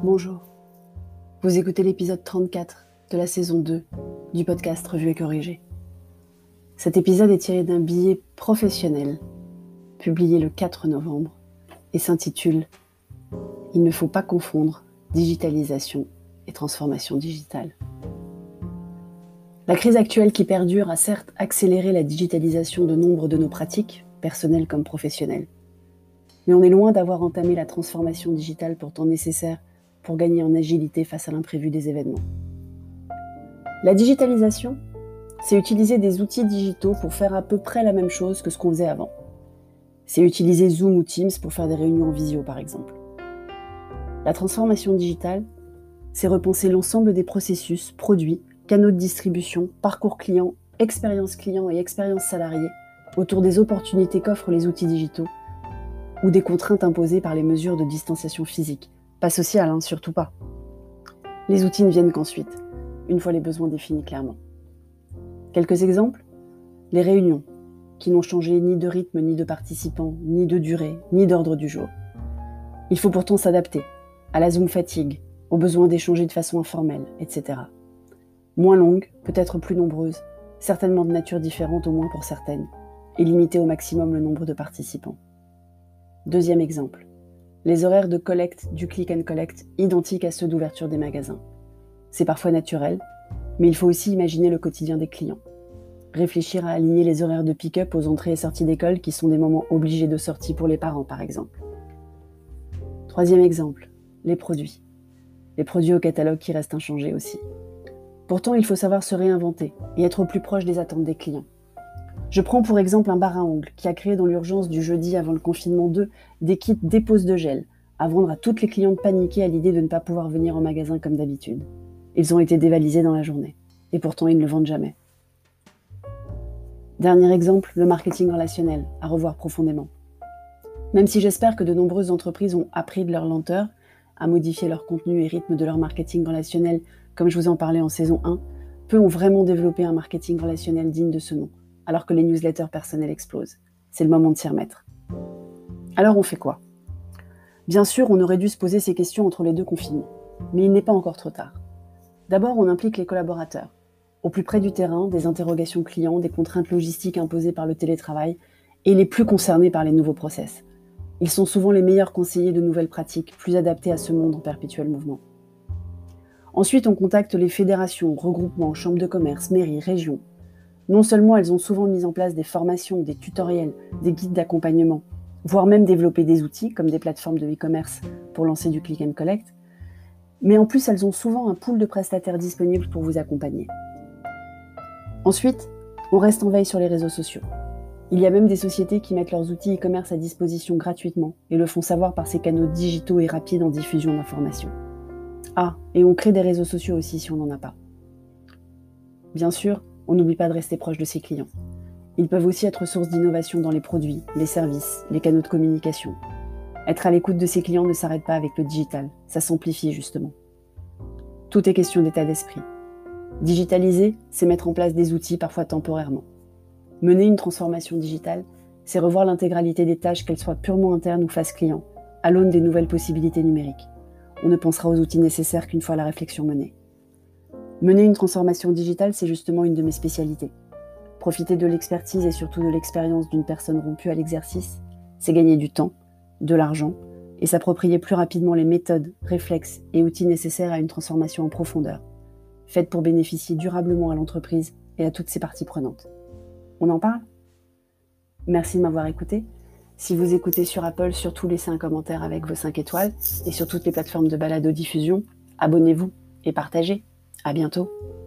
Bonjour, vous écoutez l'épisode 34 de la saison 2 du podcast Revue et Corrigé. Cet épisode est tiré d'un billet professionnel publié le 4 novembre et s'intitule « Il ne faut pas confondre digitalisation et transformation digitale ». La crise actuelle qui perdure a certes accéléré la digitalisation de nombre de nos pratiques, personnelles comme professionnelles. Mais on est loin d'avoir entamé la transformation digitale pourtant nécessaire pour gagner en agilité face à l'imprévu des événements. La digitalisation, c'est utiliser des outils digitaux pour faire à peu près la même chose que ce qu'on faisait avant. C'est utiliser Zoom ou Teams pour faire des réunions en visio, par exemple. La transformation digitale, c'est repenser l'ensemble des processus, produits, canaux de distribution, parcours client et expérience salariée autour des opportunités qu'offrent les outils digitaux ou des contraintes imposées par les mesures de distanciation physique. Pas social, surtout pas. Les outils ne viennent qu'ensuite, une fois les besoins définis clairement. Quelques exemples ? Les réunions, qui n'ont changé ni de rythme, ni de participants, ni de durée, ni d'ordre du jour. Il faut pourtant s'adapter à la Zoom fatigue, au besoin d'échanger de façon informelle, etc. Moins longues, peut-être plus nombreuses, certainement de nature différente au moins pour certaines, et limiter au maximum le nombre de participants. Deuxième exemple. Les horaires de collecte du click and collect identiques à ceux d'ouverture des magasins. C'est parfois naturel, mais il faut aussi imaginer le quotidien des clients. Réfléchir à aligner les horaires de pick-up aux entrées et sorties d'école qui sont des moments obligés de sortie pour les parents, par exemple. Troisième exemple, les produits. Les produits au catalogue qui restent inchangés aussi. Pourtant, il faut savoir se réinventer et être au plus proche des attentes des clients. Je prends pour exemple un bar à ongles qui a créé dans l'urgence du jeudi avant le confinement 2 des kits dépose de gel à vendre à toutes les clientes paniquées à l'idée de ne pas pouvoir venir au magasin comme d'habitude. Ils ont été dévalisés dans la journée et pourtant ils ne le vendent jamais. Dernier exemple, le marketing relationnel, à revoir profondément. Même si j'espère que de nombreuses entreprises ont appris de leur lenteur à modifier leur contenu et rythme de leur marketing relationnel, comme je vous en parlais en saison 1, peu ont vraiment développé un marketing relationnel digne de ce nom, alors que les newsletters personnels explosent. C'est le moment de s'y remettre. Alors on fait quoi ? Bien sûr, on aurait dû se poser ces questions entre les deux confinements, mais il n'est pas encore trop tard. D'abord, on implique les collaborateurs. Au plus près du terrain, des interrogations clients, des contraintes logistiques imposées par le télétravail et les plus concernés par les nouveaux process. Ils sont souvent les meilleurs conseillers de nouvelles pratiques, plus adaptés à ce monde en perpétuel mouvement. Ensuite, on contacte les fédérations, regroupements, chambres de commerce, mairies, régions. Non seulement elles ont souvent mis en place des formations, des tutoriels, des guides d'accompagnement, voire même développé des outils comme des plateformes de e-commerce pour lancer du click and collect, mais en plus elles ont souvent un pool de prestataires disponibles pour vous accompagner. Ensuite, on reste en veille sur les réseaux sociaux. Il y a même des sociétés qui mettent leurs outils e-commerce à disposition gratuitement et le font savoir par ces canaux digitaux et rapides en diffusion d'informations. Ah, et on crée des réseaux sociaux aussi si on n'en a pas. Bien sûr, on n'oublie pas de rester proche de ses clients. Ils peuvent aussi être source d'innovation dans les produits, les services, les canaux de communication. Être à l'écoute de ses clients ne s'arrête pas avec le digital, ça s'amplifie justement. Tout est question d'état d'esprit. Digitaliser, c'est mettre en place des outils parfois temporairement. Mener une transformation digitale, c'est revoir l'intégralité des tâches, qu'elles soient purement internes ou face client, à l'aune des nouvelles possibilités numériques. On ne pensera aux outils nécessaires qu'une fois la réflexion menée. Mener une transformation digitale, c'est justement une de mes spécialités. Profiter de l'expertise et surtout de l'expérience d'une personne rompue à l'exercice, c'est gagner du temps, de l'argent et s'approprier plus rapidement les méthodes, réflexes et outils nécessaires à une transformation en profondeur, faite pour bénéficier durablement à l'entreprise et à toutes ses parties prenantes. On en parle ? Merci de m'avoir écouté. Si vous écoutez sur Apple, surtout laissez un commentaire avec vos 5 étoiles et sur toutes les plateformes de balado-diffusion, abonnez-vous et partagez. À bientôt.